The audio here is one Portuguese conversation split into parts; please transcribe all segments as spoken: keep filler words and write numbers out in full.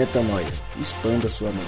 Metanoia. Expanda sua mente.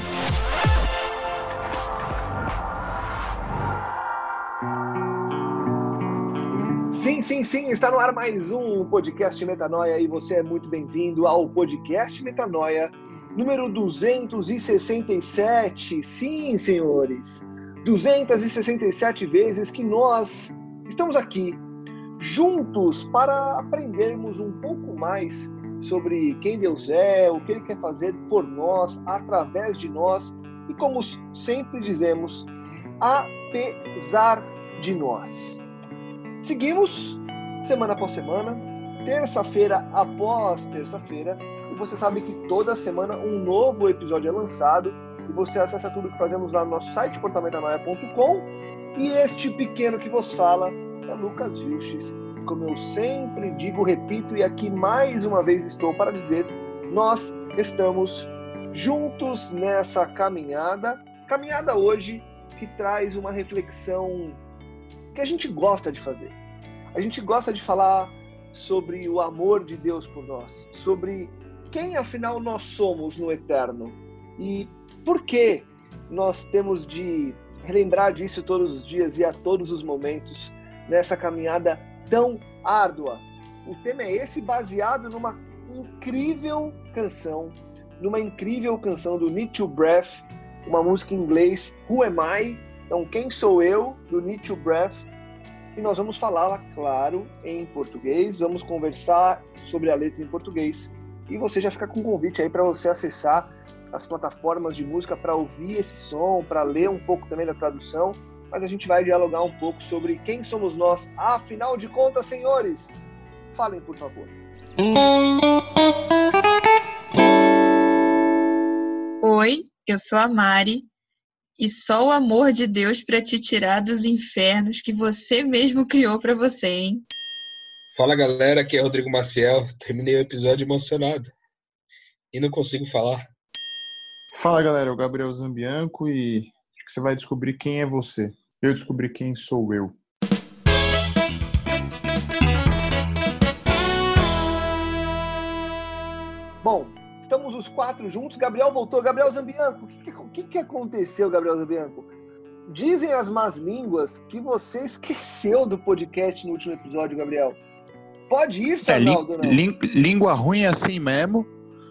Sim, sim, sim, está no ar mais um podcast Metanoia e você é muito bem-vindo ao podcast Metanoia número duzentos e sessenta e sete. Sim, senhores, duzentas e sessenta e sete vezes que nós estamos aqui juntos para aprendermos um pouco mais sobre quem Deus é, o que Ele quer fazer por nós, através de nós e, como sempre dizemos, apesar de nós. Seguimos semana após semana, terça-feira após terça-feira, e você sabe que toda semana um novo episódio é lançado e você acessa tudo que fazemos lá no nosso site, portal metanoia ponto com, e este pequeno que vos fala é Lucas Vilches. Como eu sempre digo, repito, e aqui mais uma vez estou para dizer, nós estamos juntos nessa caminhada, caminhada hoje que traz uma reflexão que a gente gosta de fazer. A gente gosta de falar sobre o amor de Deus por nós, sobre quem afinal nós somos no eterno e por que nós temos de relembrar disso todos os dias e a todos os momentos nessa caminhada tão árdua. O tema é esse, baseado numa incrível canção, numa incrível canção do Need to Breath, uma música em inglês, Who Am I? Então, quem sou eu, do Need to Breath, e nós vamos falá-la, claro, em português, vamos conversar sobre a letra em português, e você já fica com um convite aí para você acessar as plataformas de música para ouvir esse som, para ler um pouco também da tradução, mas a gente vai dialogar um pouco sobre quem somos nós, afinal de contas, senhores. Falem, por favor. Oi, eu sou a Mari, e só o amor de Deus para te tirar dos infernos que você mesmo criou para você, hein? Fala, galera, aqui é Rodrigo Maciel. Terminei o episódio emocionado e não consigo falar. Fala, galera, é o Gabriel Zambianco e acho que você vai descobrir quem é você. Eu descobri quem sou eu. Bom, estamos os quatro juntos. Gabriel voltou. Gabriel Zambianco, o que, que, que aconteceu, Gabriel Zambianco? Dizem as más línguas que você esqueceu do podcast no último episódio, Gabriel. Pode ir, Sarnaldo, é, não? Lí- língua ruim é assim mesmo.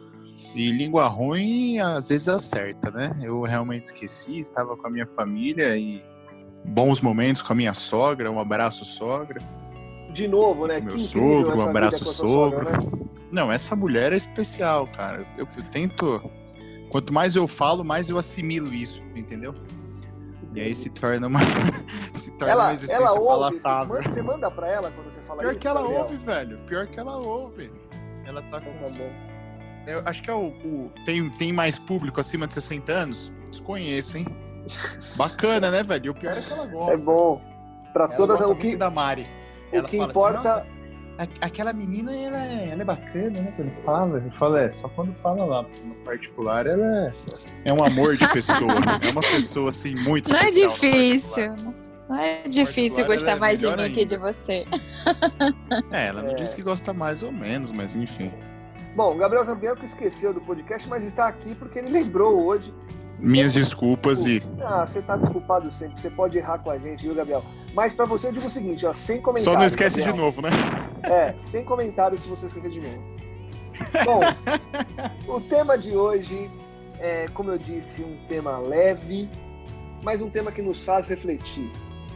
E língua ruim às vezes acerta, né? Eu realmente esqueci, estava com a minha família e bons momentos com a minha sogra. Um abraço, sogra. De novo, né? Meu Que sogro, um abraço, sogro. Sogra, né? Não, essa mulher é especial, cara. Eu, eu tento... Quanto mais eu falo, mais eu assimilo isso, entendeu? E aí se torna uma, se torna ela, uma existência ela ouve, palatável. Você manda pra ela quando você fala Pior isso? que ela Gabriel? ouve, velho. Pior que ela ouve. Ela tá com... Então tá bom. Eu acho que é o, o... Tem, tem mais público acima de sessenta anos? Desconheço, hein? Bacana, né, velho? E o pior é que ela gosta. É bom. Pra Ela todas gosta o que, muito da Mari. o Ela que fala importa... assim, nossa, aquela menina, ela é, ela é bacana, né? Quando fala, eu falo, é, só quando fala lá. No particular, ela é, é um amor de pessoa. É uma pessoa, assim, muito Não é especial. difícil. Não é difícil particular, gostar ela é mais de melhor mim que de ainda. você. É, ela não É. disse que gosta mais ou menos, mas enfim. Bom, o Gabriel Zambianco esqueceu do podcast, mas está aqui porque ele lembrou hoje. Minhas desculpas e... Ah, você tá desculpado sempre. Você pode errar com a gente, viu, Gabriel? Mas pra você eu digo o seguinte, ó, sem comentários. Só não esquece Gabriel. de novo, né? É, sem comentários se você esquecer de novo. Bom, o tema de hoje é, como eu disse, um tema leve, mas um tema que nos faz refletir.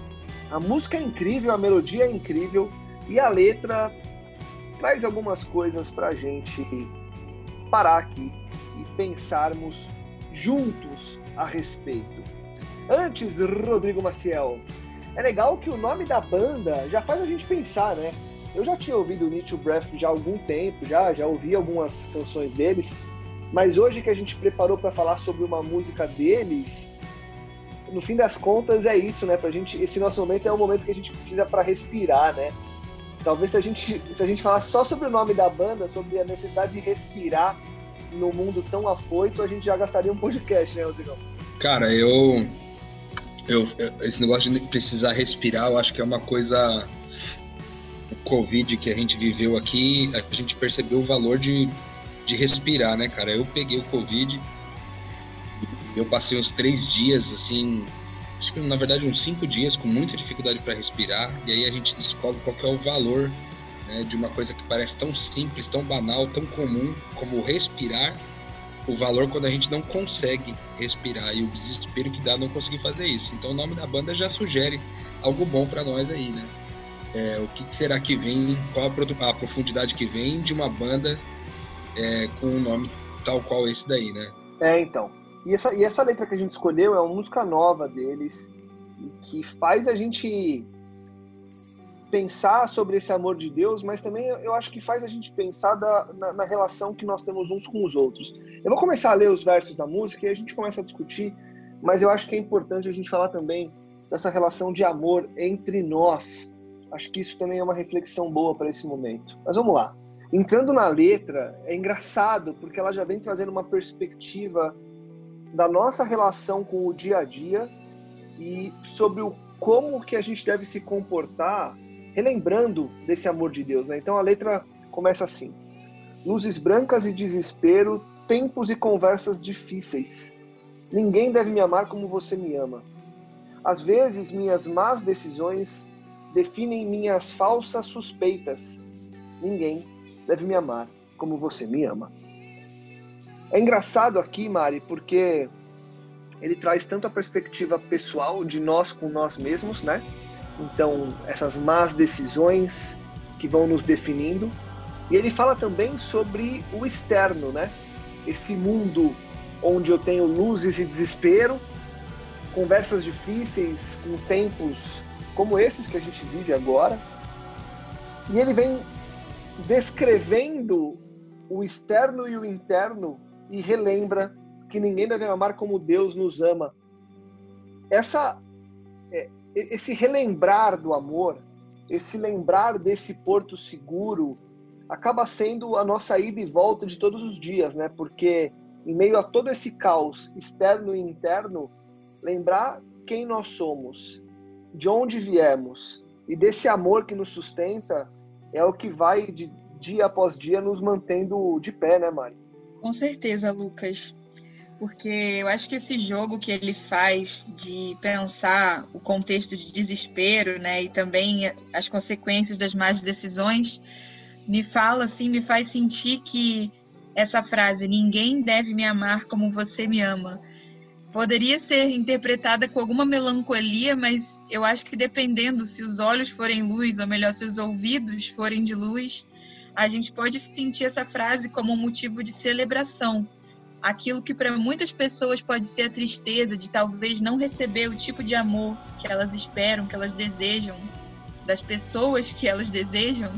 A música é incrível, a melodia é incrível e a letra traz algumas coisas pra gente parar aqui e pensarmos juntos a respeito. Antes, Rodrigo Maciel, é legal que o nome da banda já faz a gente pensar, né? Eu já tinha ouvido o Need to Breath já há algum tempo, já, já ouvi algumas canções deles, mas hoje que a gente preparou para falar sobre uma música deles, no fim das contas é isso, né? Pra gente, esse nosso momento é o momento que a gente precisa para respirar, né? Talvez se a gente, se a gente falar só sobre o nome da banda, sobre a necessidade de respirar no mundo tão afoito, a gente já gastaria um podcast, né, Rodrigo? Cara, eu, eu, eu... Esse negócio de precisar respirar, eu acho que é uma coisa... O Covid que a gente viveu aqui, a gente percebeu o valor de, de respirar, né, cara? Eu peguei o Covid, eu passei uns três dias, assim, acho que na verdade uns cinco dias com muita dificuldade para respirar, e aí a gente descobre qual que é o valor, né, de uma coisa que parece tão simples, tão banal, tão comum como respirar, o valor quando a gente não consegue respirar e o desespero que dá não conseguir fazer isso. Então o nome da banda já sugere algo bom para nós aí, né? É, o que será que vem, qual a, a profundidade que vem de uma banda é, com um nome tal qual esse daí, né? É, então. E essa, e essa letra que a gente escolheu é uma música nova deles, que faz a gente pensar sobre esse amor de Deus, mas também eu acho que faz a gente pensar da, na, na relação que nós temos uns com os outros. Eu vou começar a ler os versos da música e a gente começa a discutir, mas eu acho que é importante a gente falar também dessa relação de amor entre nós. Acho que isso também é uma reflexão boa para esse momento. Mas vamos lá. Entrando na letra, é engraçado, porque ela já vem trazendo uma perspectiva da nossa relação com o dia a dia e sobre o como que a gente deve se comportar, relembrando desse amor de Deus, né? Então a letra começa assim: luzes brancas e desespero, tempos e conversas difíceis. Ninguém deve me amar como você me ama. Às vezes, minhas más decisões definem minhas falsas suspeitas. Ninguém deve me amar como você me ama. É engraçado aqui, Mari, porque ele traz tanto a perspectiva pessoal de nós com nós mesmos, né? Então, essas más decisões que vão nos definindo. E ele fala também sobre o externo, né? Esse mundo onde eu tenho luzes e desespero, conversas difíceis com tempos como esses que a gente vive agora. E ele vem descrevendo o externo e o interno e relembra que ninguém deve amar como Deus nos ama. Essa, esse relembrar do amor, esse lembrar desse porto seguro, acaba sendo a nossa ida e volta de todos os dias, né? Porque em meio a todo esse caos externo e interno, lembrar quem nós somos, de onde viemos e desse amor que nos sustenta é o que vai de dia após dia nos mantendo de pé, né, Mari? Com certeza, Lucas. Porque eu acho que esse jogo que ele faz de pensar o contexto de desespero, né, e também as consequências das más decisões, me fala assim, me faz sentir que essa frase, ninguém deve me amar como você me ama, poderia ser interpretada com alguma melancolia, mas eu acho que dependendo se os olhos forem luz, ou melhor, se os ouvidos forem de luz, a gente pode sentir essa frase como um motivo de celebração. Aquilo que para muitas pessoas pode ser a tristeza de talvez não receber o tipo de amor que elas esperam, que elas desejam, das pessoas que elas desejam,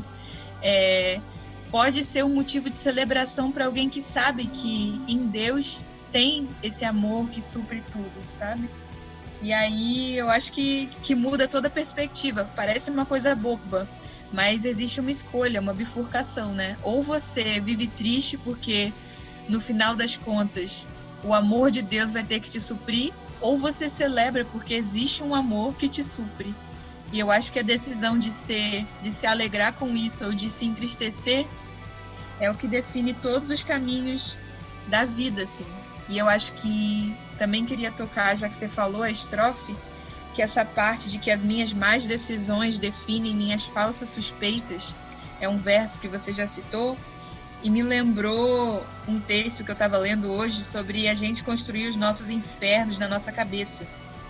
é, pode ser um motivo de celebração para alguém que sabe que em Deus tem esse amor que supre tudo, sabe? E aí eu acho que, que muda toda a perspectiva. Parece uma coisa boba, mas existe uma escolha, uma bifurcação, né? Ou você vive triste porque, no final das contas, o amor de Deus vai ter que te suprir, ou você celebra porque existe um amor que te supre. E eu acho que a decisão de, ser, de se alegrar com isso ou de se entristecer é o que define todos os caminhos da vida, assim. E eu acho que também queria tocar, já que você falou a estrofe, que essa parte de que as minhas más decisões definem minhas falsas suspeitas, é um verso que você já citou, e me lembrou um texto que eu estava lendo hoje sobre a gente construir os nossos infernos na nossa cabeça.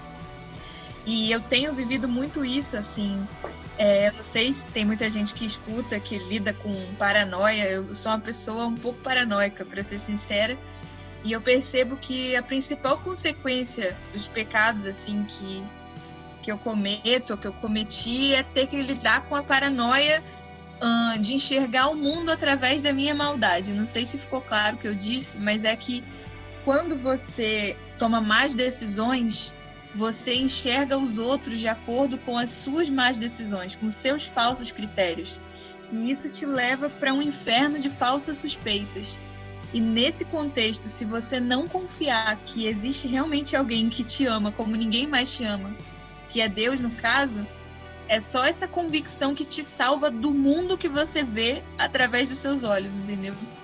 E eu tenho vivido muito isso, assim. É, eu não sei se tem muita gente que escuta, que lida com paranoia. Eu sou uma pessoa um pouco paranoica, para ser sincera. E eu percebo que a principal consequência dos pecados, assim, que, que eu cometo, ou que eu cometi, é ter que lidar com a paranoia uh, de enxergar o mundo através da minha maldade. Não sei se ficou claro o que eu disse, mas é que quando você toma más decisões, você enxerga os outros de acordo com as suas más decisões, com os seus falsos critérios. E isso te leva para um inferno de falsas suspeitas. E nesse contexto, se você não confiar que existe realmente alguém que te ama como ninguém mais te ama, que é Deus no caso, é só essa convicção que te salva do mundo que você vê através dos seus olhos, entendeu?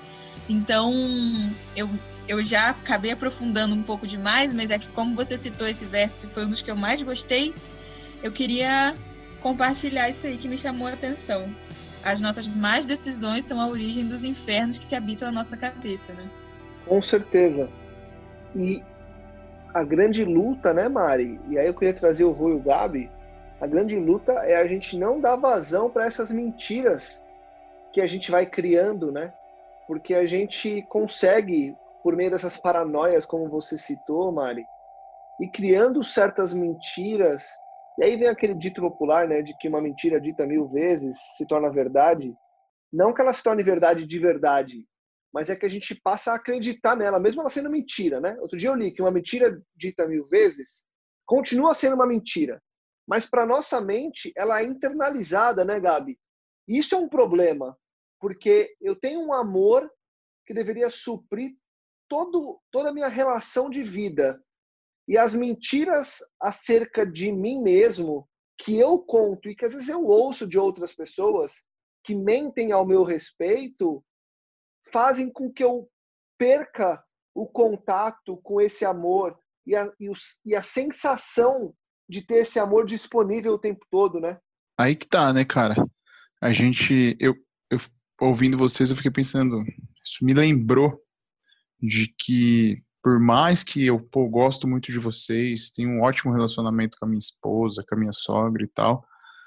Então, eu, eu já acabei aprofundando um pouco demais, mas é que como você citou esse verso, foi um dos que eu mais gostei, eu queria compartilhar isso aí que me chamou a atenção. As nossas más decisões são a origem dos infernos que habitam a nossa cabeça, né? Com certeza. E a grande luta, né, Mari? E aí eu queria trazer o Rô e o Gabi. A grande luta é a gente não dar vazão para essas mentiras que a gente vai criando, né? Porque a gente consegue, por meio dessas paranoias, como você citou, Mari, e criando certas mentiras. E aí vem aquele dito popular, né, de que uma mentira dita mil vezes se torna verdade. Não que ela se torne verdade de verdade, mas é que a gente passa a acreditar nela, mesmo ela sendo mentira, né? Outro dia eu li que uma mentira dita mil vezes continua sendo uma mentira, mas para nossa mente ela é internalizada, né, Gabi? Isso é um problema, porque eu tenho um amor que deveria suprir todo, toda a minha relação de vida. E as mentiras acerca de mim mesmo, que eu conto e que às vezes eu ouço de outras pessoas que mentem ao meu respeito, fazem com que eu perca o contato com esse amor e a, e, os, e a sensação de ter esse amor disponível o tempo todo, né? Aí que tá, né, cara? A gente, eu, eu ouvindo vocês, eu fiquei pensando, isso me lembrou de que, por mais que eu pô, gosto muito de vocês, tenho um ótimo relacionamento com a minha esposa, com a minha sogra e tal,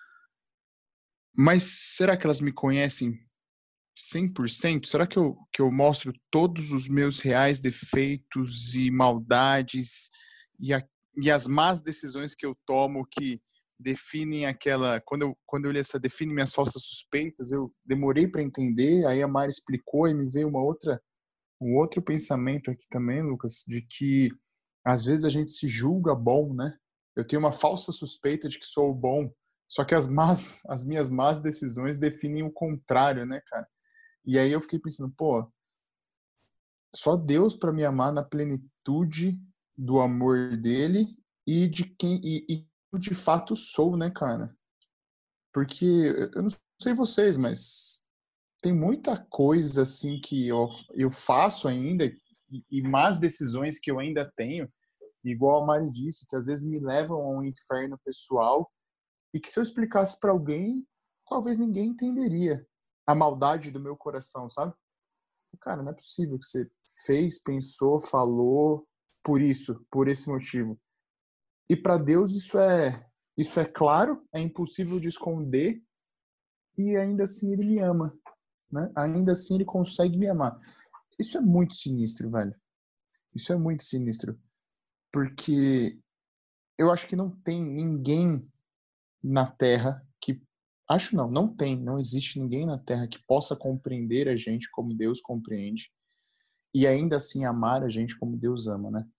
mas será que elas me conhecem cem por cento? Será que eu, que eu mostro todos os meus reais defeitos e maldades e, a, e as más decisões que eu tomo que definem aquela... Quando eu, quando eu li essa define minhas falsas suspeitas, eu demorei para entender, aí a Mari explicou e me veio uma outra, um outro pensamento aqui também, Lucas, de que às vezes a gente se julga bom, né? Eu tenho uma falsa suspeita de que sou bom, só que as, más, as minhas más decisões definem o contrário, né, cara? E aí eu fiquei pensando, pô, só Deus para me amar na plenitude do amor dele e de quem e, e eu de fato sou, né, cara? Porque eu não sei vocês, mas tem muita coisa assim que eu, eu faço ainda e, e más decisões que eu ainda tenho, igual a Mari disse, que às vezes me levam a um inferno pessoal e que se eu explicasse para alguém, talvez ninguém entenderia a maldade do meu coração, sabe? Cara, não é possível que você fez, pensou, falou por isso, por esse motivo. E para Deus isso é, isso é claro, é impossível de esconder e ainda assim ele me ama, né? Ainda assim ele consegue me amar. Isso é muito sinistro, velho. Isso é muito sinistro. Porque eu acho que não tem ninguém na Terra que... Acho não, não tem, não existe ninguém na Terra que possa compreender a gente como Deus compreende e ainda assim amar a gente como Deus ama, né?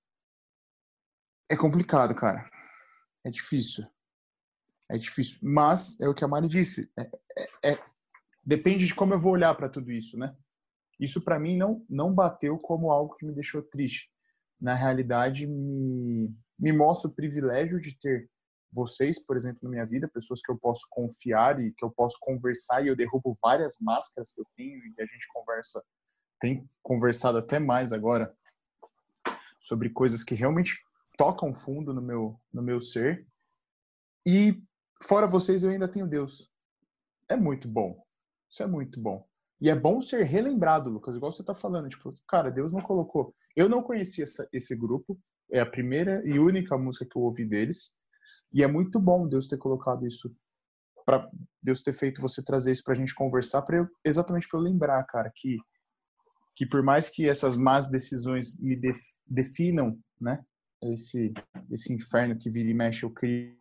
É complicado, cara. É difícil. É difícil. Mas é o que a Mari disse. É, é, é, depende de como eu vou olhar para tudo isso, né? Isso para mim não, não bateu como algo que me deixou triste. Na realidade, me, me mostra o privilégio de ter vocês, por exemplo, na minha vida, pessoas que eu posso confiar e que eu posso conversar, e eu derrubo várias máscaras que eu tenho e a gente conversa, tem conversado até mais agora sobre coisas que realmente tocam fundo no meu, no meu ser. E fora vocês, eu ainda tenho Deus. É muito bom. Isso é muito bom. E é bom ser relembrado, Lucas, igual você tá falando. Tipo, cara, Deus não colocou... Eu não conhecia essa, esse grupo. É a primeira e única música que eu ouvi deles. E é muito bom Deus ter colocado isso, para Deus ter feito você trazer isso pra gente conversar, pra eu, exatamente para eu lembrar, cara, que, que por mais que essas más decisões me def, definam, né, esse, esse inferno que vira e mexe eu crio,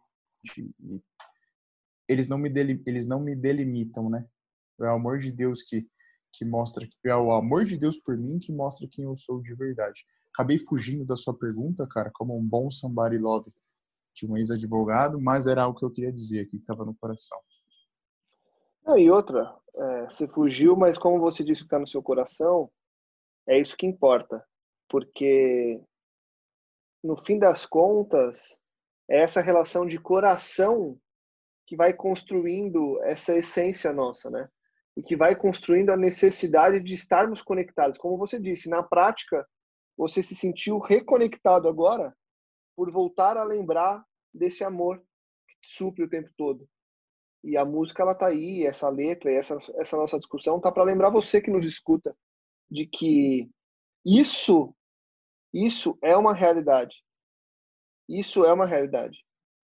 eles não me, deli, eles não me delimitam, né? É o amor de Deus que, que mostra, é o amor de Deus por mim que mostra quem eu sou de verdade. Acabei fugindo da sua pergunta, cara, como um bom somebody love de um ex-advogado, mas era algo que eu queria dizer aqui, que estava no coração. Não, e outra, é, você fugiu, mas como você disse que está no seu coração, é isso que importa. Porque, no fim das contas, é essa relação de coração que vai construindo essa essência nossa, né? e que vai construindo a necessidade de estarmos conectados. Como você disse, na prática, você se sentiu reconectado agora por voltar a lembrar desse amor que te supre o tempo todo. E a música, ela tá aí, essa letra, essa, essa nossa discussão tá para lembrar você que nos escuta de que isso, isso é uma realidade. Isso é uma realidade.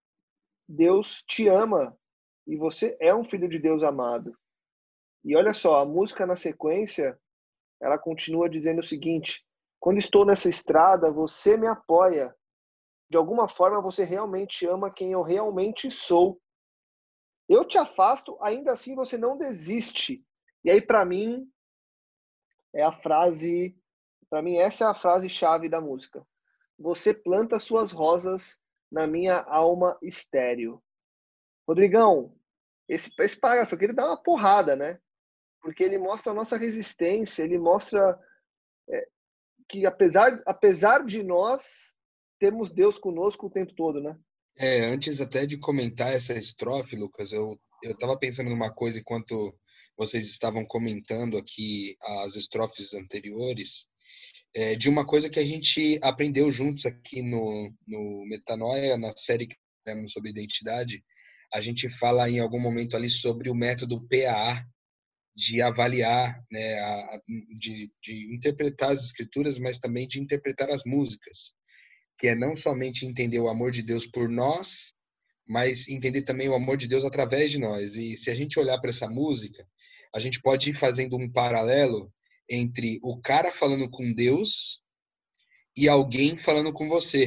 Deus te ama e você é um filho de Deus amado. E olha só, a música na sequência, ela continua dizendo o seguinte: quando estou nessa estrada, você me apoia. De alguma forma, você realmente ama quem eu realmente sou. Eu te afasto, ainda assim você não desiste. E aí, para mim, é a frase, para mim essa é a frase chave da música. Você planta suas rosas na minha alma estéril. Rodrigão, esse, esse parágrafo aqui, ele dá uma porrada, né? Porque ele mostra a nossa resistência, ele mostra é, que apesar, apesar de nós, temos Deus conosco o tempo todo, né? É, antes até de comentar essa estrofe, Lucas, eu eu estava pensando numa coisa enquanto vocês estavam comentando aqui as estrofes anteriores, é, de uma coisa que a gente aprendeu juntos aqui no, no Metanoia, na série que temos sobre identidade. A gente fala em algum momento ali sobre o método P A A, de avaliar, né, a, de, de interpretar as escrituras, mas também de interpretar as músicas, que é não somente entender o amor de Deus por nós, mas entender também o amor de Deus através de nós. E se a gente olhar para essa música, a gente pode ir fazendo um paralelo entre o cara falando com Deus e alguém falando com você.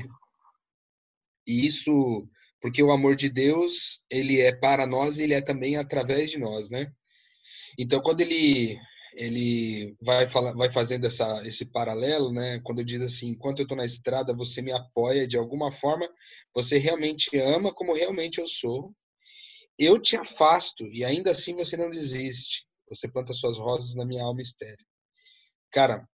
E isso porque o amor de Deus, ele é para nós e ele é também através de nós, né? Então, quando ele ele vai falar, vai fazendo essa esse paralelo, né? Quando diz assim, enquanto eu estou na estrada, você me apoia de alguma forma, você realmente ama como realmente eu sou. Eu te afasto e ainda assim você não desiste. Você planta suas rosas na minha alma estéril. Cara,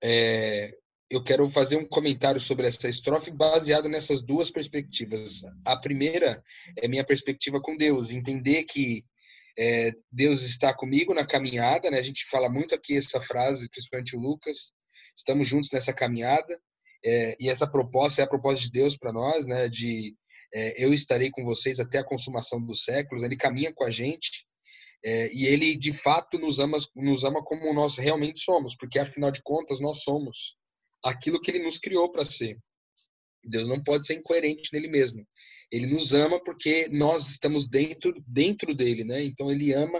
é, eu quero fazer um comentário sobre essa estrofe baseado nessas duas perspectivas. A primeira é minha perspectiva com Deus, entender que É, Deus está comigo na caminhada, né? A gente fala muito aqui essa frase, principalmente o Lucas, estamos juntos nessa caminhada, é, e essa proposta é a proposta de Deus para nós, né? De é, eu estarei com vocês até a consumação dos séculos. Ele caminha com a gente, é, e ele de fato nos ama, nos ama como nós realmente somos, porque afinal de contas nós somos aquilo que ele nos criou para ser. Deus não pode ser incoerente nele mesmo. Ele nos ama porque nós estamos dentro dentro dele, né? Então ele ama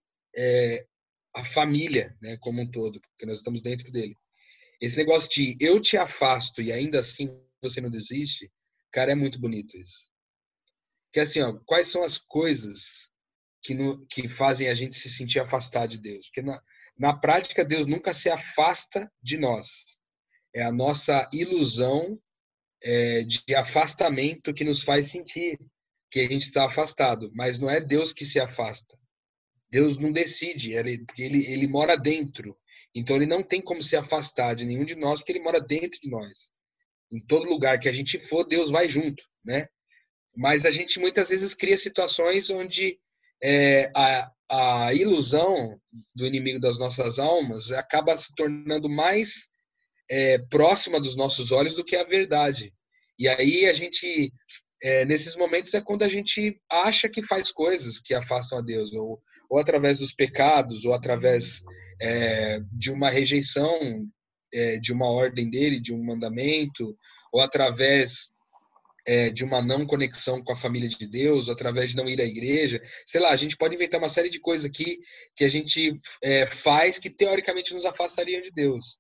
é, a família, né, como um todo, porque nós estamos dentro dele. Esse negócio de eu te afasto e ainda assim você não desiste, cara, é muito bonito isso. Que assim, ó, quais são as coisas que, no, que fazem a gente se sentir afastado de Deus? Porque na, na prática Deus nunca se afasta de nós. É a nossa ilusão É, de afastamento que nos faz sentir que a gente está afastado, mas não é Deus que se afasta. Deus não decide, ele, ele, ele mora dentro. Então ele não tem como se afastar de nenhum de nós, porque ele mora dentro de nós. Em todo lugar que a gente for, Deus vai junto, né? Mas a gente muitas vezes cria situações onde é, a, a ilusão do inimigo das nossas almas acaba se tornando mais é, próxima dos nossos olhos do que a verdade. E aí a gente, é, nesses momentos é quando a gente acha que faz coisas que afastam a Deus, ou, ou através dos pecados, ou através é, de uma rejeição é, de uma ordem dele, de um mandamento, ou através é, de uma não conexão com a família de Deus, ou através de não ir à igreja. Sei lá, a gente pode inventar uma série de coisas aqui que a gente é, faz que teoricamente nos afastariam de Deus.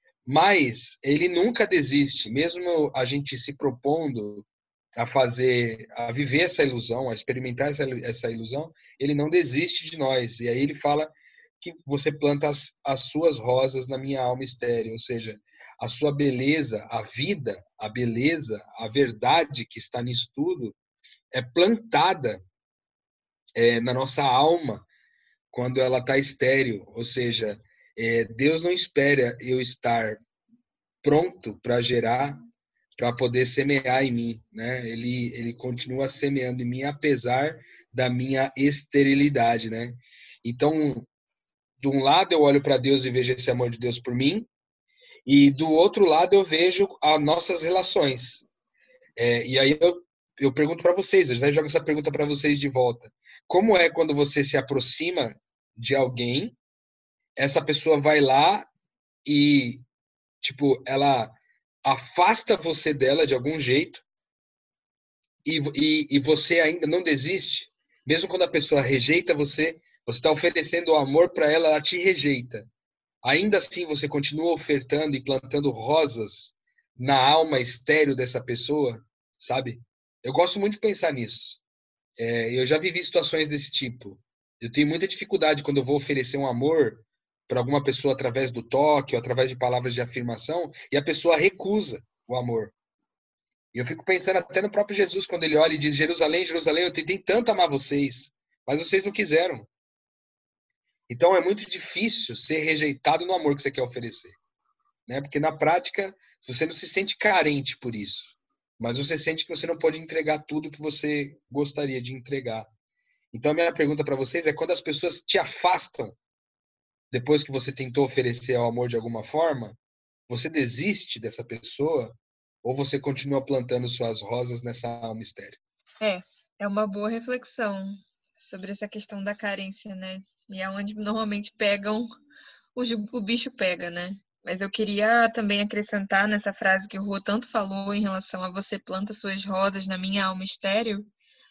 Mas ele nunca desiste, mesmo a gente se propondo a fazer, a viver essa ilusão, a experimentar essa, essa ilusão, ele não desiste de nós. E aí ele fala que você planta as, as suas rosas na minha alma estéril, ou seja, a sua beleza, a vida, a beleza, a verdade que está nisso tudo é plantada é, na nossa alma quando ela está estéril, ou seja, é, Deus não espera eu estar pronto para gerar, para poder semear em mim, né? Ele ele continua semeando em mim apesar da minha esterilidade, né? Então De um lado eu olho para Deus e vejo esse amor de Deus por mim, e do outro lado eu vejo as nossas relações. É, e aí eu, eu pergunto para vocês, eu já jogo essa pergunta para vocês de volta. Como é quando você se aproxima de alguém, essa pessoa vai lá e, tipo, ela afasta você dela de algum jeito e, e, e você ainda não desiste? Mesmo quando a pessoa rejeita você, você está oferecendo o amor para ela, ela te rejeita. Ainda assim, você continua ofertando e plantando rosas na alma estéril dessa pessoa, sabe? Eu gosto muito de pensar nisso. É, eu já vivi situações desse tipo. Eu tenho muita dificuldade quando eu vou oferecer um amor para alguma pessoa através do toque ou através de palavras de afirmação e a pessoa recusa o amor. E eu fico pensando até no próprio Jesus, quando ele olha e diz: Jerusalém, Jerusalém, eu tentei tanto amar vocês, mas vocês não quiseram. Então é muito difícil ser rejeitado no amor que você quer oferecer, né? Porque na prática você não se sente carente por isso, mas você sente que você não pode entregar tudo que você gostaria de entregar. Então a minha pergunta para vocês é: quando as pessoas te afastam depois que você tentou oferecer o amor de alguma forma, você desiste dessa pessoa ou você continua plantando suas rosas nessa alma estéril? É, é uma boa reflexão sobre essa questão da carência, né? E é onde normalmente pegam, o, ju- o bicho pega, né? Mas eu queria também acrescentar nessa frase que o Rô tanto falou em relação a você planta suas rosas na minha alma estéril,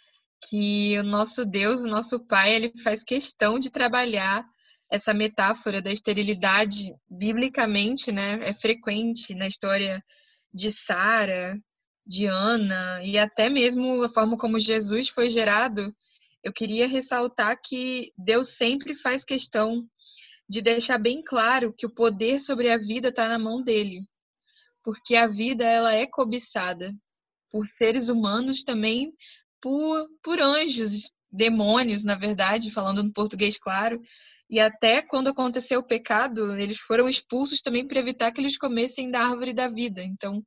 que o nosso Deus, o nosso Pai, ele faz questão de trabalhar essa metáfora da esterilidade biblicamente, né? É frequente na história de Sara, de Ana e até mesmo a forma como Jesus foi gerado. Eu queria ressaltar que Deus sempre faz questão de deixar bem claro que o poder sobre a vida está na mão dele, porque a vida ela é cobiçada por seres humanos, também por, por anjos, demônios, na verdade, falando no português claro. E até quando aconteceu o pecado, eles foram expulsos também para evitar que eles comessem da árvore da vida. Então,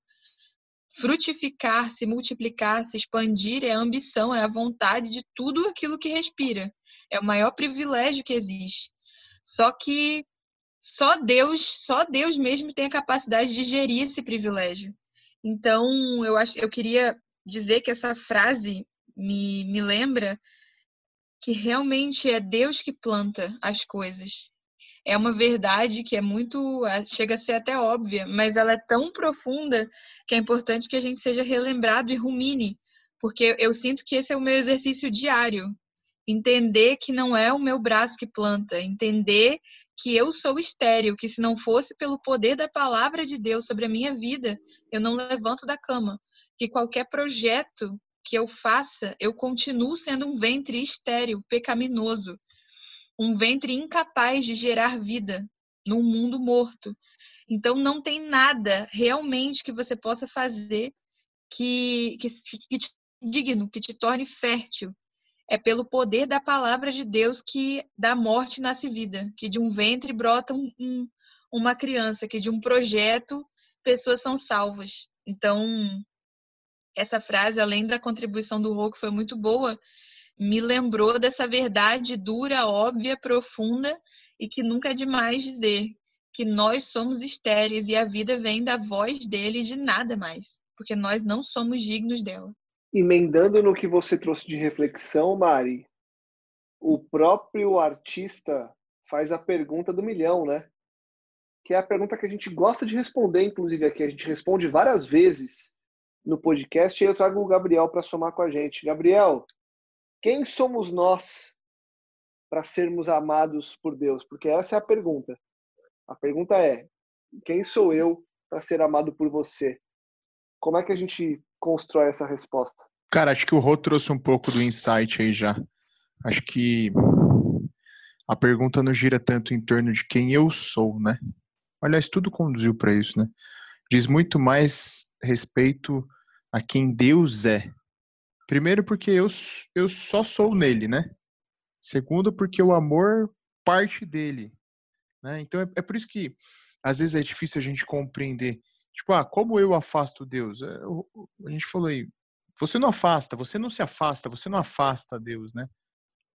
frutificar, se multiplicar, se expandir é a ambição, é a vontade de tudo aquilo que respira. É o maior privilégio que existe. Só que só Deus, só Deus mesmo tem a capacidade de gerir esse privilégio. Então, eu acho, eu queria dizer que essa frase me, me lembra que realmente é Deus que planta as coisas. É uma verdade que é muito, chega a ser até óbvia, mas ela é tão profunda que é importante que a gente seja relembrado e rumine, porque eu sinto que esse é o meu exercício diário. Entender que não é o meu braço que planta, entender que eu sou estéril, que se não fosse pelo poder da palavra de Deus sobre a minha vida, eu não levanto da cama, que qualquer projeto que eu faça, eu continuo sendo um ventre estéril, pecaminoso, um ventre incapaz de gerar vida num mundo morto. Então não tem nada realmente que você possa fazer que, que, que te digno, que te torne fértil. É pelo poder da palavra de Deus que da morte nasce vida, que de um ventre brota um, um, uma criança, que de um projeto pessoas são salvas. Então, essa frase, além da contribuição do Rô, que foi muito boa, me lembrou dessa verdade dura, óbvia, profunda e que nunca é demais dizer, que nós somos estéreis e a vida vem da voz dele e de nada mais, porque nós não somos dignos dela. Emendando no que você trouxe de reflexão, Mari, o próprio artista faz a pergunta do milhão, né? Que é a pergunta que a gente gosta de responder, inclusive aqui. A gente responde várias vezes no podcast e eu trago o Gabriel para somar com a gente. Gabriel, quem somos nós para sermos amados por Deus? Porque essa é a pergunta. A pergunta é: quem sou eu para ser amado por você? Como é que a gente constrói essa resposta? Cara, acho que o Rô trouxe um pouco do insight aí já. Acho que a pergunta não gira tanto em torno de quem eu sou, né? Aliás, tudo conduziu para isso, né? Diz muito mais respeito a quem Deus é. Primeiro porque eu, eu só sou nele, né? Segundo porque o amor parte dele, né? Então é, é por isso que às vezes é difícil a gente compreender. Tipo, ah, como eu afasto Deus? É, eu, a gente falou aí, você não afasta, você não se afasta, você não afasta Deus, né?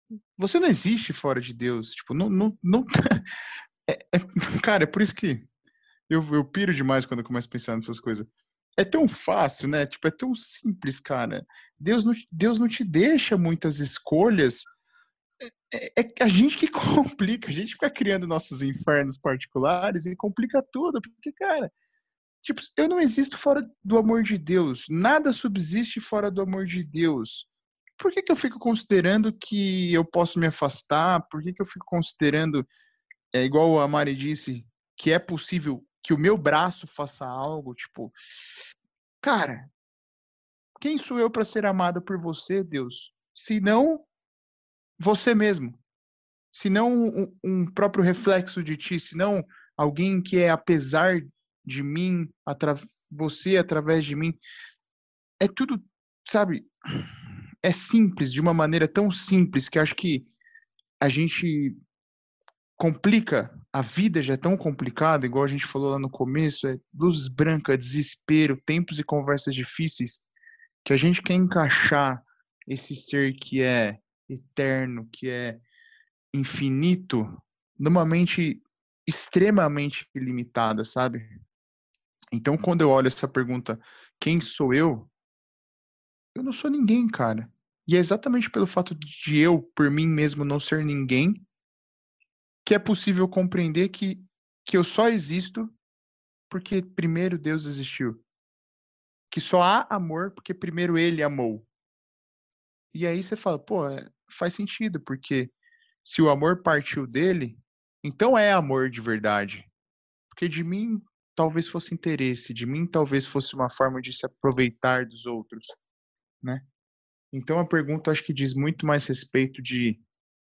você não existe fora de Deus. Tipo, não, não, não é, é, cara, é por isso que eu, eu piro demais quando eu começo a pensar nessas coisas. É tão fácil, né? Tipo, é tão simples, cara. Deus não, Deus não te deixa muitas escolhas. É, é a gente que complica, a gente fica criando nossos infernos particulares e complica tudo, porque, cara, tipo, eu não existo fora do amor de Deus, nada subsiste fora do amor de Deus. Por que que eu fico considerando que eu posso me afastar? Por que que eu fico considerando, é igual a Mari disse, que é possível que o meu braço faça algo? Tipo, cara, quem sou eu para ser amado por você, Deus? Se não você mesmo. Se não um, um próprio reflexo de ti, se não alguém que é apesar de mim, atra você através de mim. É tudo, sabe, é simples, de uma maneira tão simples que acho que a gente complica, a vida já é tão complicada, igual a gente falou lá no começo, é luz branca, desespero, tempos e conversas difíceis, que a gente quer encaixar esse ser que é eterno, que é infinito, numa mente extremamente limitada, sabe? Então, quando eu olho essa pergunta, quem sou eu? Eu não sou ninguém, cara. E é exatamente pelo fato de eu, por mim mesmo, não ser ninguém, que é possível compreender que, que eu só existo porque primeiro Deus existiu. Que só há amor porque primeiro Ele amou. E aí você fala, pô, é, faz sentido, porque se o amor partiu dele, então é amor de verdade. Porque de mim talvez fosse interesse, de mim talvez fosse uma forma de se aproveitar dos outros, né? Então a pergunta acho que diz muito mais respeito de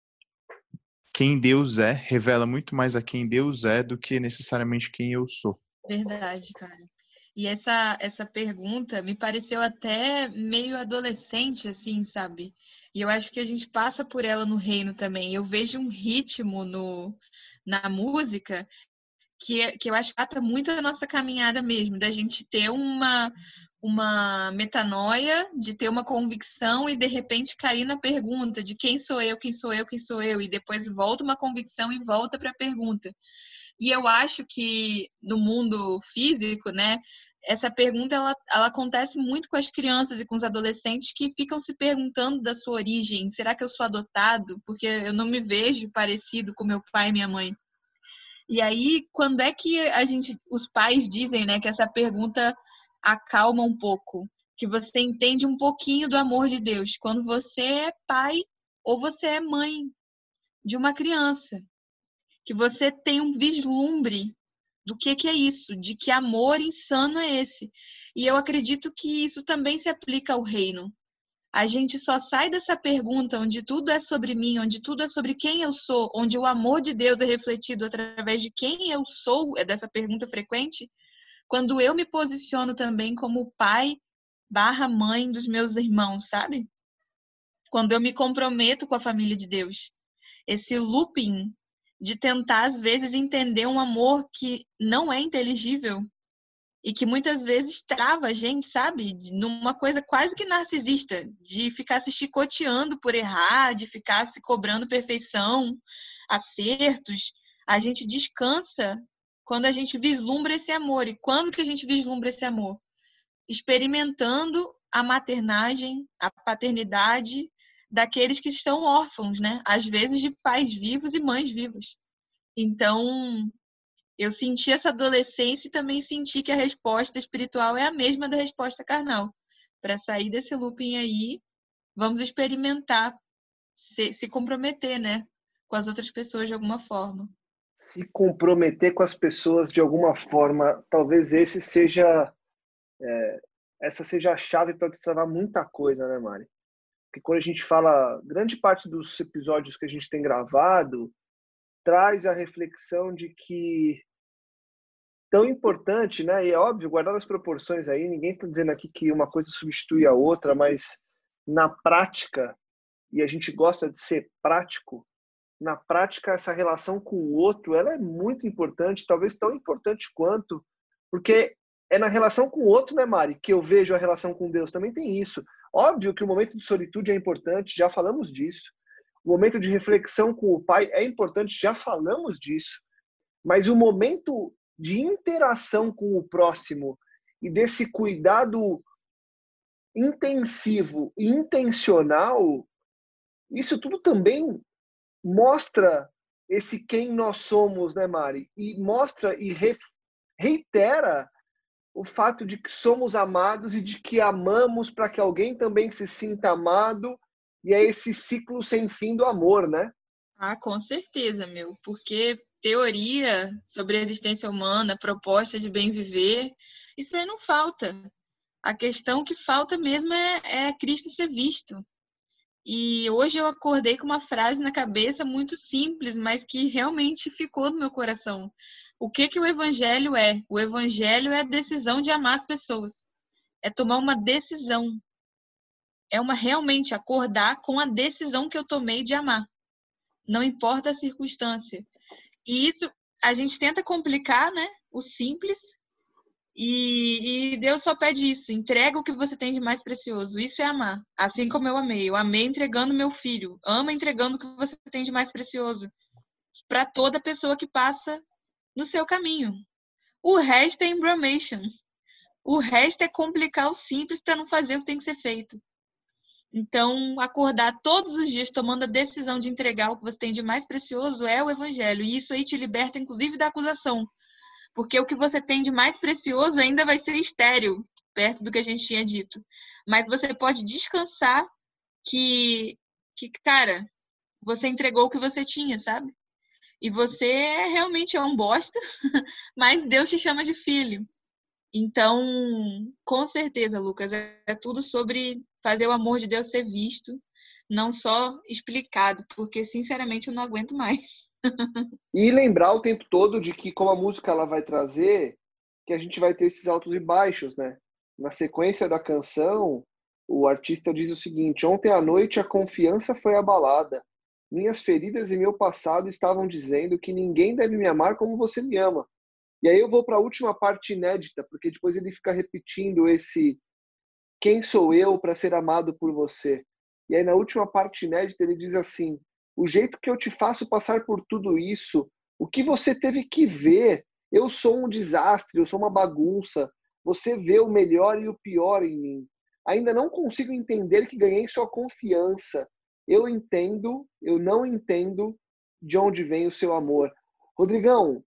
quem Deus é, revela muito mais a quem Deus é do que necessariamente quem eu sou. Verdade, cara. E essa, essa pergunta me pareceu até meio adolescente, assim, sabe? E eu acho que a gente passa por ela no reino também. Eu vejo um ritmo no, na música que, que eu acho que ata muito a nossa caminhada mesmo, da gente ter uma, uma metanoia, de ter uma convicção e de repente cair na pergunta de quem sou eu, quem sou eu, quem sou eu, e depois volta uma convicção e volta para a pergunta. E eu acho que no mundo físico, né, essa pergunta ela, ela acontece muito com as crianças e com os adolescentes que ficam se perguntando da sua origem. Será que eu sou adotado? Porque eu não me vejo parecido com meu pai e minha mãe. E aí, quando é que a gente, os pais dizem, né, que essa pergunta acalma um pouco, que você entende um pouquinho do amor de Deus, quando você é pai ou você é mãe de uma criança, que você tem um vislumbre do que, que é isso, de que amor insano é esse. E eu acredito que isso também se aplica ao reino. A gente só sai dessa pergunta onde tudo é sobre mim, onde tudo é sobre quem eu sou, onde o amor de Deus é refletido através de quem eu sou, é dessa pergunta frequente, quando eu me posiciono também como pai barra mãe dos meus irmãos, sabe? Quando eu me comprometo com a família de Deus. Esse looping de tentar, às vezes, entender um amor que não é inteligível e que muitas vezes trava a gente, sabe? Numa coisa quase que narcisista, de ficar se chicoteando por errar, de ficar se cobrando perfeição, acertos. A gente descansa quando a gente vislumbra esse amor. E quando que a gente vislumbra esse amor? Experimentando a maternagem, a paternidade daqueles que estão órfãos, né? Às vezes de pais vivos e mães vivas. Então, eu senti essa adolescência e também senti que a resposta espiritual é a mesma da resposta carnal. Para sair desse looping aí, vamos experimentar, se, se comprometer, né? Com as outras pessoas de alguma forma. Se comprometer com as pessoas de alguma forma, talvez esse seja é, essa seja a chave para destravar muita coisa, né, Mari? Porque quando a gente fala, grande parte dos episódios que a gente tem gravado traz a reflexão de que tão importante, né? E é óbvio, guardar as proporções aí, ninguém está dizendo aqui que uma coisa substitui a outra, mas na prática, e a gente gosta de ser prático, na prática essa relação com o outro, ela é muito importante, talvez tão importante quanto, porque é na relação com o outro, né, Mari, que eu vejo a relação com Deus, também tem isso. Óbvio que o momento de solitude é importante, já falamos disso. o momento de reflexão com o pai é importante, já falamos disso, mas o momento de interação com o próximo e desse cuidado intensivo e intencional, isso tudo também mostra esse quem nós somos, né, Mari? E mostra e re, reitera o fato de que somos amados e de que amamos para que alguém também se sinta amado, e é esse ciclo sem fim do amor, né? Ah, com certeza, meu, porque teoria sobre a existência humana, proposta de bem viver, isso aí não falta. A questão que falta mesmo é, é Cristo ser visto. E hoje eu acordei com uma frase na cabeça muito simples, mas que realmente ficou no meu coração. O que que o evangelho é? O evangelho é a decisão de amar as pessoas. É tomar uma decisão. É uma realmente acordar com a decisão que eu tomei de amar. Não importa a circunstância. E isso a gente tenta complicar, né? O simples. E, e Deus só pede isso, entrega o que você tem de mais precioso. Isso é amar, assim como eu amei. Eu amei entregando meu filho. Ama entregando o que você tem de mais precioso para toda pessoa que passa no seu caminho. O resto é embromation. O resto é complicar o simples para não fazer o que tem que ser feito. Então, acordar todos os dias tomando a decisão de entregar o que você tem de mais precioso é o evangelho. E isso aí te liberta, inclusive, da acusação. Porque o que você tem de mais precioso ainda vai ser estéril, perto do que a gente tinha dito. Mas você pode descansar que, que, cara, você entregou o que você tinha, sabe? E você realmente é um bosta, mas Deus te chama de filho. Então, com certeza, Lucas, é, é tudo sobre fazer o amor de Deus ser visto, não só explicado, porque, sinceramente, eu não aguento mais. E lembrar o tempo todo de que, como a música ela vai trazer, que a gente vai ter esses altos e baixos, né? Na sequência da canção, o artista diz o seguinte: ontem à noite a confiança foi abalada. Minhas feridas e meu passado estavam dizendo que ninguém deve me amar como você me ama. E aí eu vou para a última parte inédita, porque depois ele fica repetindo esse quem sou eu para ser amado por você. E aí na última parte inédita ele diz assim: o jeito que eu te faço passar por tudo isso, o que você teve que ver, eu sou um desastre, eu sou uma bagunça, você vê o melhor e o pior em mim. Ainda não consigo entender que ganhei sua confiança. Eu entendo, eu não entendo de onde vem o seu amor. Rodrigão,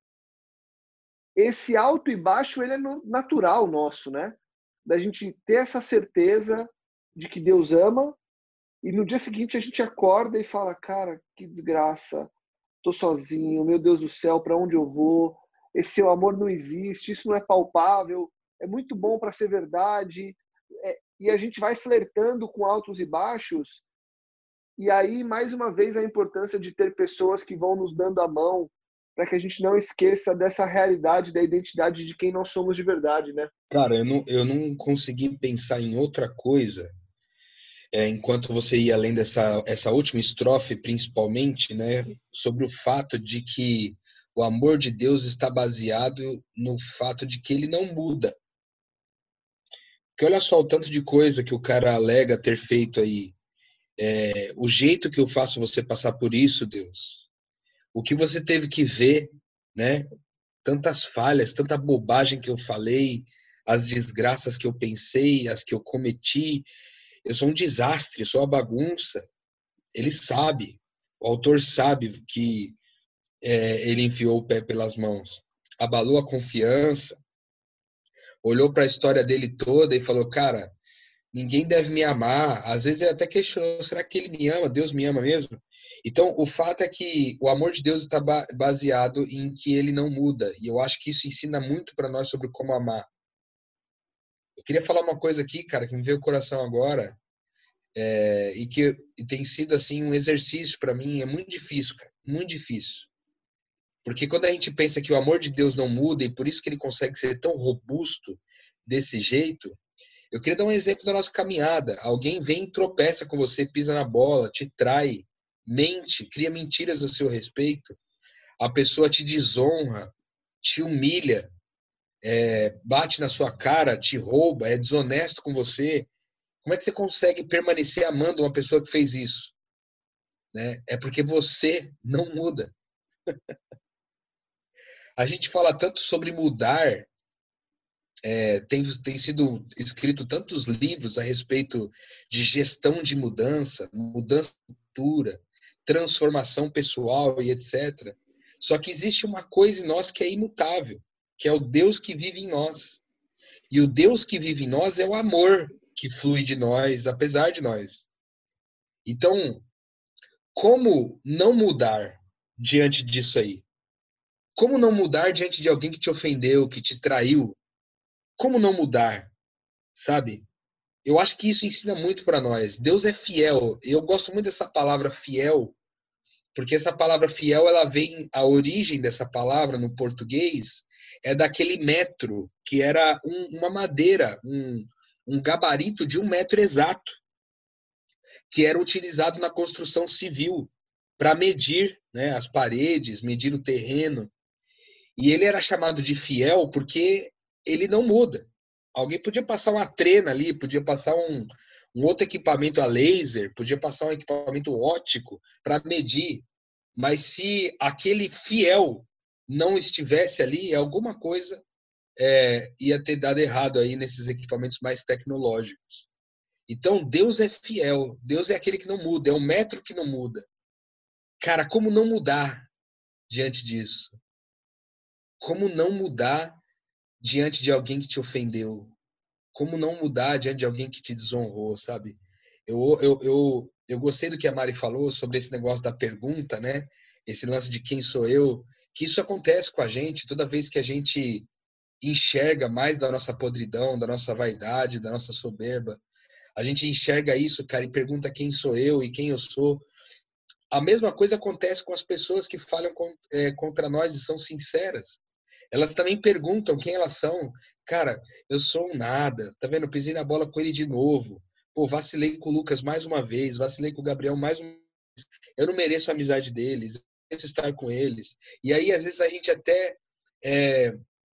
esse alto e baixo ele é natural nosso, né? Da gente ter essa certeza de que Deus ama, e no dia seguinte a gente acorda e fala: cara, que desgraça, tô sozinho, meu Deus do céu, para onde eu vou? Esse seu amor não existe, isso não é palpável, é muito bom para ser verdade. É, e a gente vai flertando com altos e baixos, e aí, mais uma vez, a importância de ter pessoas que vão nos dando a mão, para que a gente não esqueça dessa realidade, da identidade de quem nós somos de verdade, né? Cara, eu não, eu não consegui pensar em outra coisa, é, enquanto você ia além dessa essa última estrofe, principalmente, né, sobre o fato de que o amor de Deus está baseado no fato de que ele não muda. Porque olha só o tanto de coisa que o cara alega ter feito aí. É, o jeito que eu faço você passar por isso, Deus. O que você teve que ver, né? Tantas falhas, tanta bobagem que eu falei, as desgraças que eu pensei, as que eu cometi. Eu sou um desastre, eu sou uma bagunça. Ele sabe, o autor sabe que é, ele enfiou o pé pelas mãos, abalou a confiança, olhou para a história dele toda e falou: cara, ninguém deve me amar. Às vezes ele até questionou: será que ele me ama? Deus me ama mesmo? Então, o fato é que o amor de Deus está baseado em que ele não muda. E eu acho que isso ensina muito para nós sobre como amar. Eu queria falar uma coisa aqui, cara, que me veio o coração agora, é, e que e tem sido assim um exercício para mim. É muito difícil, cara, muito difícil. Porque quando a gente pensa que o amor de Deus não muda e por isso que ele consegue ser tão robusto desse jeito, eu queria dar um exemplo da nossa caminhada. Alguém vem e tropeça com você, pisa na bola, te trai, mente, cria mentiras a seu respeito. A pessoa te desonra, te humilha, é, bate na sua cara, te rouba, é desonesto com você. Como é que você consegue permanecer amando uma pessoa que fez isso? né? É porque você não muda. A gente fala tanto sobre mudar, é, tem, tem sido escrito tantos livros a respeito de gestão de mudança, mudança futura, transformação pessoal e etcétera. Só que existe uma coisa em nós que é imutável, que é o Deus que vive em nós. E o Deus que vive em nós é o amor que flui de nós, apesar de nós. Então, como não mudar diante disso aí? Como não mudar diante de alguém que te ofendeu, que te traiu? Como não mudar, sabe? Eu acho que isso ensina muito para nós. Deus é fiel. Eu gosto muito dessa palavra fiel, porque essa palavra fiel, ela vem, a origem dessa palavra no português é daquele metro, que era um, uma madeira, um, um gabarito de um metro exato, que era utilizado na construção civil para medir, né, as paredes, medir o terreno. E ele era chamado de fiel porque ele não muda. Alguém podia passar uma trena ali, podia passar um, um outro equipamento a laser, podia passar um equipamento óptico para medir. Mas se aquele fiel não estivesse ali, alguma coisa é, ia ter dado errado aí nesses equipamentos mais tecnológicos. Então, Deus é fiel. Deus é aquele que não muda, é o metro que não muda. Cara, como não mudar diante disso? Como não mudar diante de alguém que te ofendeu? Como não mudar diante de alguém que te desonrou, sabe? Eu, eu, eu, eu gostei do que a Mari falou sobre esse negócio da pergunta, né? Esse lance de quem sou eu, que isso acontece com a gente toda vez que a gente enxerga mais da nossa podridão, da nossa vaidade, da nossa soberba. A gente enxerga isso, cara, e pergunta quem sou eu e quem eu sou. A mesma coisa acontece com as pessoas que falham contra nós e são sinceras. Elas também perguntam quem elas são. Cara, eu sou um nada. Tá vendo? Eu pisei na bola com ele de novo. Pô, vacilei com o Lucas mais uma vez. Vacilei com o Gabriel mais uma vez. Eu não mereço a amizade deles. Eu mereço estar com eles. E aí, às vezes, a gente até... É,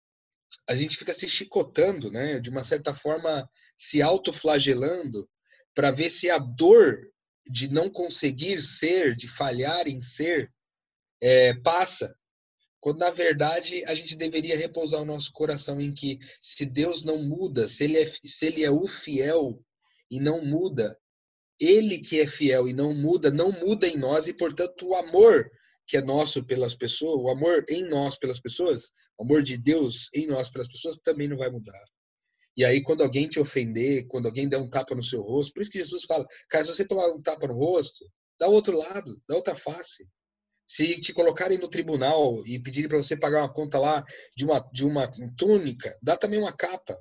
a gente fica se chicotando, né? De uma certa forma, se autoflagelando para ver se a dor de não conseguir ser, de falhar em ser, é, passa. Quando, na verdade, a gente deveria repousar o nosso coração em que, se Deus não muda, se ele é, se ele é o fiel e não muda, ele que é fiel e não muda, não muda em nós, e, portanto, o amor que é nosso pelas pessoas, o amor em nós pelas pessoas, o amor de Deus em nós pelas pessoas, também não vai mudar. E aí, quando alguém te ofender, quando alguém der um tapa no seu rosto, por isso que Jesus fala, cara, se você tomar um tapa no rosto, dá o outro lado, dá outra face. Se te colocarem no tribunal e pedirem para você pagar uma conta lá de uma, de uma túnica, dá também uma capa.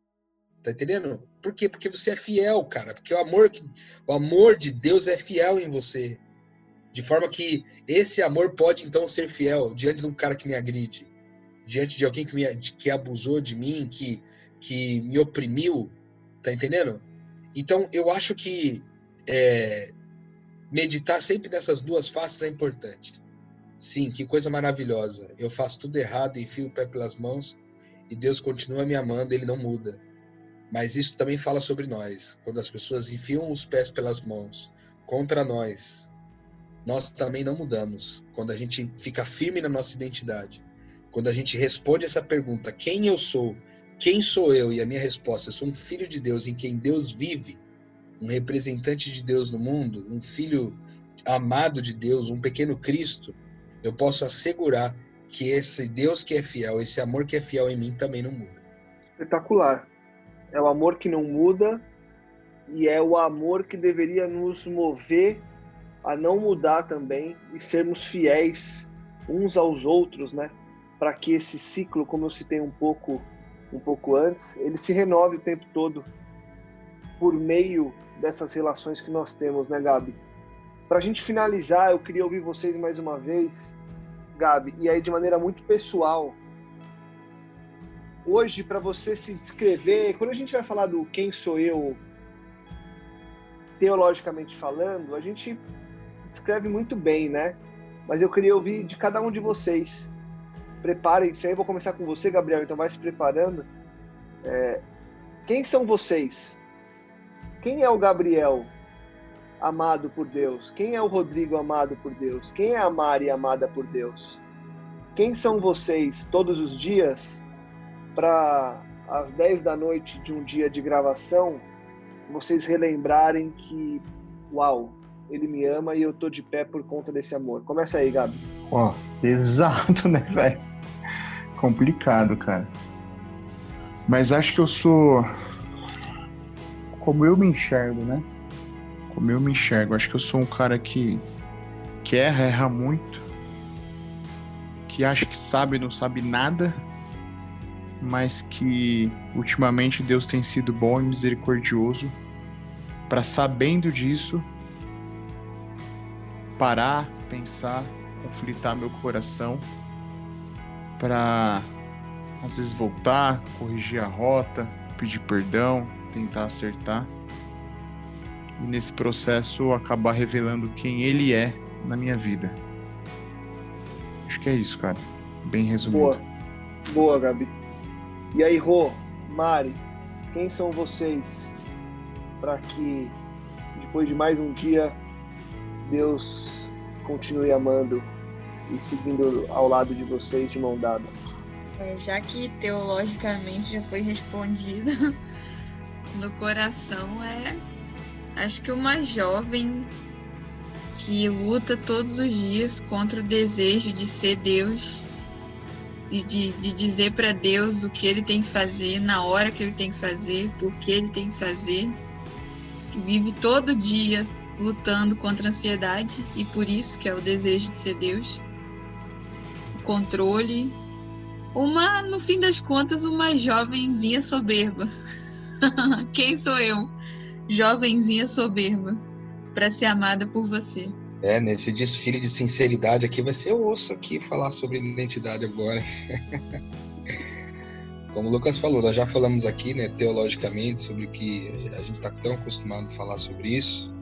Tá entendendo? Por quê? Porque você é fiel, cara. Porque o amor, o amor de Deus é fiel em você. De forma que esse amor pode, então, ser fiel diante de um cara que me agride. Diante de alguém que, me, que abusou de mim, que, que me oprimiu. Tá entendendo? Então, eu acho que... É, meditar sempre nessas duas faces é importante. Sim, que coisa maravilhosa. Eu faço tudo errado, enfio o pé pelas mãos e Deus continua me amando, Ele não muda. Mas isso também fala sobre nós. Quando as pessoas enfiam os pés pelas mãos contra nós, nós também não mudamos. Quando a gente fica firme na nossa identidade, quando a gente responde essa pergunta, quem eu sou? Quem sou eu? E a minha resposta, eu sou um filho de Deus em quem Deus vive, um representante de Deus no mundo, um filho amado de Deus, um pequeno Cristo, eu posso assegurar que esse Deus que é fiel, esse amor que é fiel em mim também não muda. Espetacular. É o amor que não muda e é o amor que deveria nos mover a não mudar também e sermos fiéis uns aos outros, né? Para que esse ciclo, como eu citei um pouco, um pouco antes, ele se renove o tempo todo por meio dessas relações que nós temos, né, Gabi? Para a gente finalizar, eu queria ouvir vocês mais uma vez, Gabi, e aí de maneira muito pessoal. Hoje, para você se descrever, quando a gente vai falar do quem sou eu, teologicamente falando, a gente descreve muito bem, né? Mas eu queria ouvir de cada um de vocês. Preparem-se aí, vou começar com você, Gabriel, então vai se preparando. É... Quem são vocês? Quem é o Gabriel? amado por Deus? Quem é o Rodrigo amado por Deus? Quem é a Mari amada por Deus? Quem são vocês todos os dias para às dez da noite de um dia de gravação vocês relembrarem que, uau, ele me ama e eu tô de pé por conta desse amor? Começa aí, Gabi. Ó, pesado, né, velho? Complicado, cara. Mas acho que eu sou... Como eu me enxergo, né? Como eu me enxergo. Acho que eu sou um cara que, que erra, erra muito. Que acha que sabe e não sabe nada. Mas que, ultimamente, Deus tem sido bom e misericordioso para, sabendo disso, parar, pensar, conflitar meu coração para, às vezes, voltar, corrigir a rota, pedir perdão, tentar acertar. E nesse processo acabar revelando quem ele é na minha vida. Acho que é isso, cara. Bem resumido. Boa, boa, Gabi. E aí, Rô, Mari, quem são vocês para que, depois de mais um dia, Deus continue amando e seguindo ao lado de vocês de mão dada? Já que teologicamente já foi respondido, no coração é, acho que uma jovem que luta todos os dias contra o desejo de ser Deus e de, de dizer para Deus o que ele tem que fazer, na hora que ele tem que fazer, por que ele tem que fazer, que vive todo dia lutando contra a ansiedade e por isso que é o desejo de ser Deus, o controle, uma, no fim das contas, uma jovenzinha soberba. Quem sou eu? Jovenzinha soberba para ser amada por você. É, nesse desfile de sinceridade aqui vai ser osso aqui falar sobre identidade agora. Como o Lucas falou, nós já falamos aqui, né, teologicamente, sobre que a gente está tão acostumado a falar sobre isso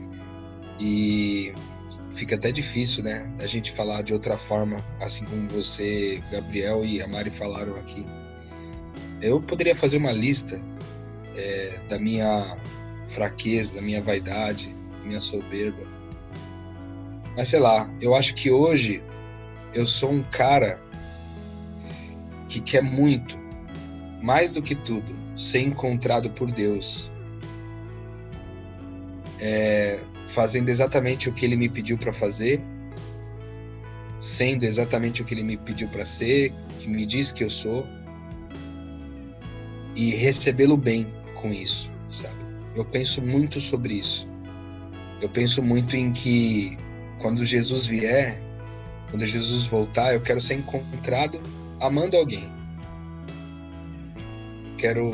e fica até difícil, né, a gente falar de outra forma, assim como você, Gabriel e a Mari falaram aqui. Eu poderia fazer uma lista é, da minha fraqueza, da minha vaidade, da minha soberba. Mas sei lá, eu acho que hoje eu sou um cara que quer muito, mais do que tudo, ser encontrado por Deus. É, fazendo exatamente o que Ele me pediu para fazer, sendo exatamente o que Ele me pediu para ser, que me diz que eu sou, e recebê-lo bem com isso, sabe? Eu penso muito sobre isso. Eu penso muito em que quando Jesus vier, quando Jesus voltar, eu quero ser encontrado amando alguém. Quero...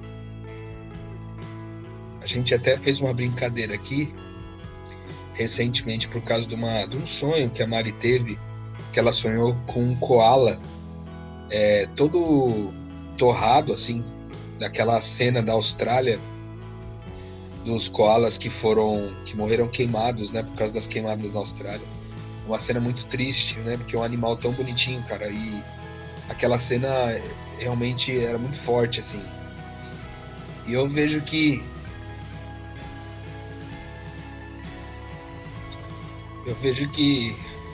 A gente até fez uma brincadeira aqui, recentemente, por causa de, uma, de um sonho que a Mari teve, que ela sonhou com um koala é, todo torrado, assim, daquela cena da Austrália, dos koalas que foram, que morreram queimados, né, por causa das queimadas na Austrália. Uma cena muito triste, né, porque é um animal tão bonitinho, cara, e aquela cena realmente era muito forte, assim. E eu vejo que eu vejo que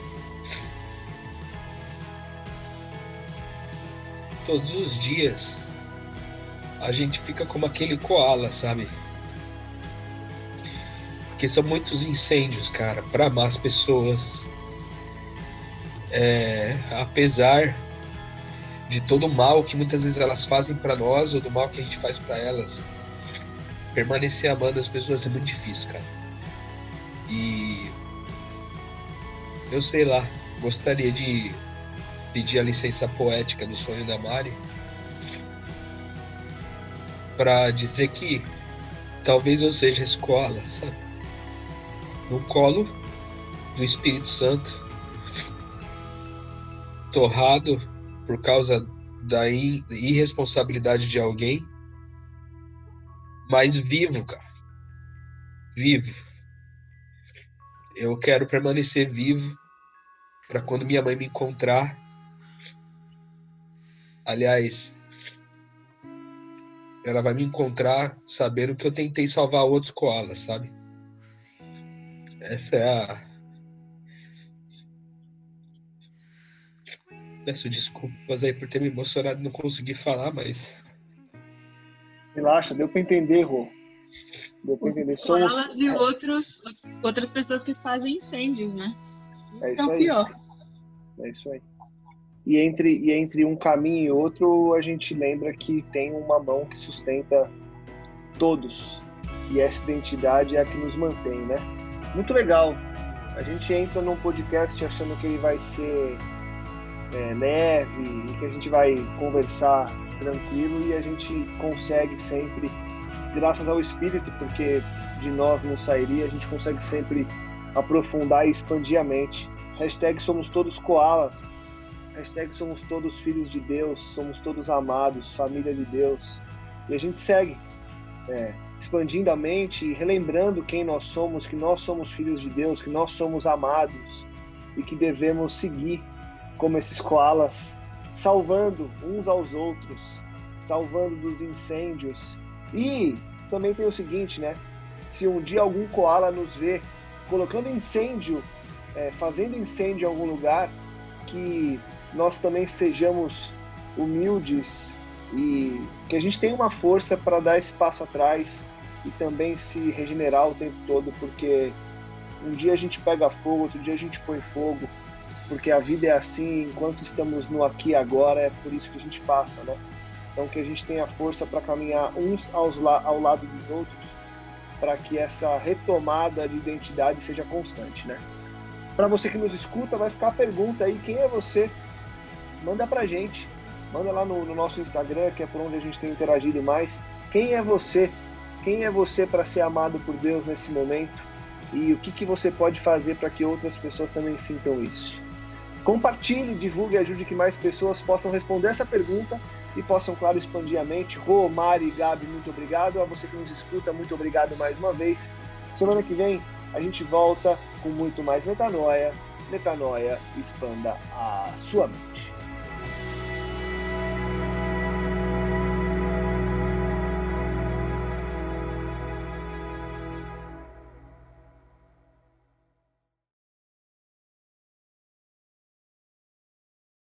todos os dias a gente fica como aquele koala, sabe? Porque são muitos incêndios, cara, para amar as pessoas. É, apesar de todo o mal que muitas vezes elas fazem para nós, ou do mal que a gente faz para elas, permanecer amando as pessoas é muito difícil, cara. E eu sei lá, gostaria de pedir a licença poética do sonho da Mari para dizer que talvez eu seja escola, sabe? No colo do Espírito Santo, torrado por causa da irresponsabilidade de alguém, mas vivo, cara. Vivo. Eu quero permanecer vivo para quando minha mãe me encontrar. Aliás, ela vai me encontrar sabendo que eu tentei salvar outros koalas, sabe? Essa é a... Peço desculpas aí por ter me emocionado e não conseguir falar, mas... Relaxa, deu para entender, Rô. Deu para entender. Somos... Somos... e outros, outras pessoas que fazem incêndios, né? É isso então, aí. pior. É isso aí. E entre, e entre um caminho e outro, a gente lembra que tem uma mão que sustenta todos. E essa identidade é a que nos mantém, né? Muito legal. A gente entra num podcast achando que ele vai ser é, leve, e que a gente vai conversar tranquilo, e a gente consegue sempre, graças ao Espírito, porque de nós não sairia, a gente consegue sempre aprofundar e expandir a mente. Hashtag somos todos koalas. Hashtag somos todos filhos de Deus, somos todos amados, família de Deus. E a gente segue é, expandindo a mente e relembrando quem nós somos, que nós somos filhos de Deus, que nós somos amados e que devemos seguir como esses koalas, salvando uns aos outros, salvando dos incêndios. E também tem o seguinte, né? Se um dia algum koala nos vê colocando incêndio, é, fazendo incêndio em algum lugar, que nós também sejamos humildes e que a gente tenha uma força para dar esse passo atrás e também se regenerar o tempo todo, porque um dia a gente pega fogo, outro dia a gente põe fogo, porque a vida é assim, enquanto estamos no aqui e agora, é por isso que a gente passa, né? Então que a gente tenha força para caminhar uns aos la- ao lado dos outros, para que essa retomada de identidade seja constante, né? Para você que nos escuta, vai ficar a pergunta aí, quem é você? Manda pra gente, manda lá no, no nosso Instagram, que é por onde a gente tem interagido mais. Quem é você? Quem é você para ser amado por Deus nesse momento? E o que, que você pode fazer para que outras pessoas também sintam isso? Compartilhe, divulgue e ajude que mais pessoas possam responder essa pergunta e possam, claro, expandir a mente. Rô, Mari, Gabi, muito obrigado. A você que nos escuta, muito obrigado mais uma vez. Semana que vem a gente volta com muito mais metanoia. Metanoia, expanda a sua mente.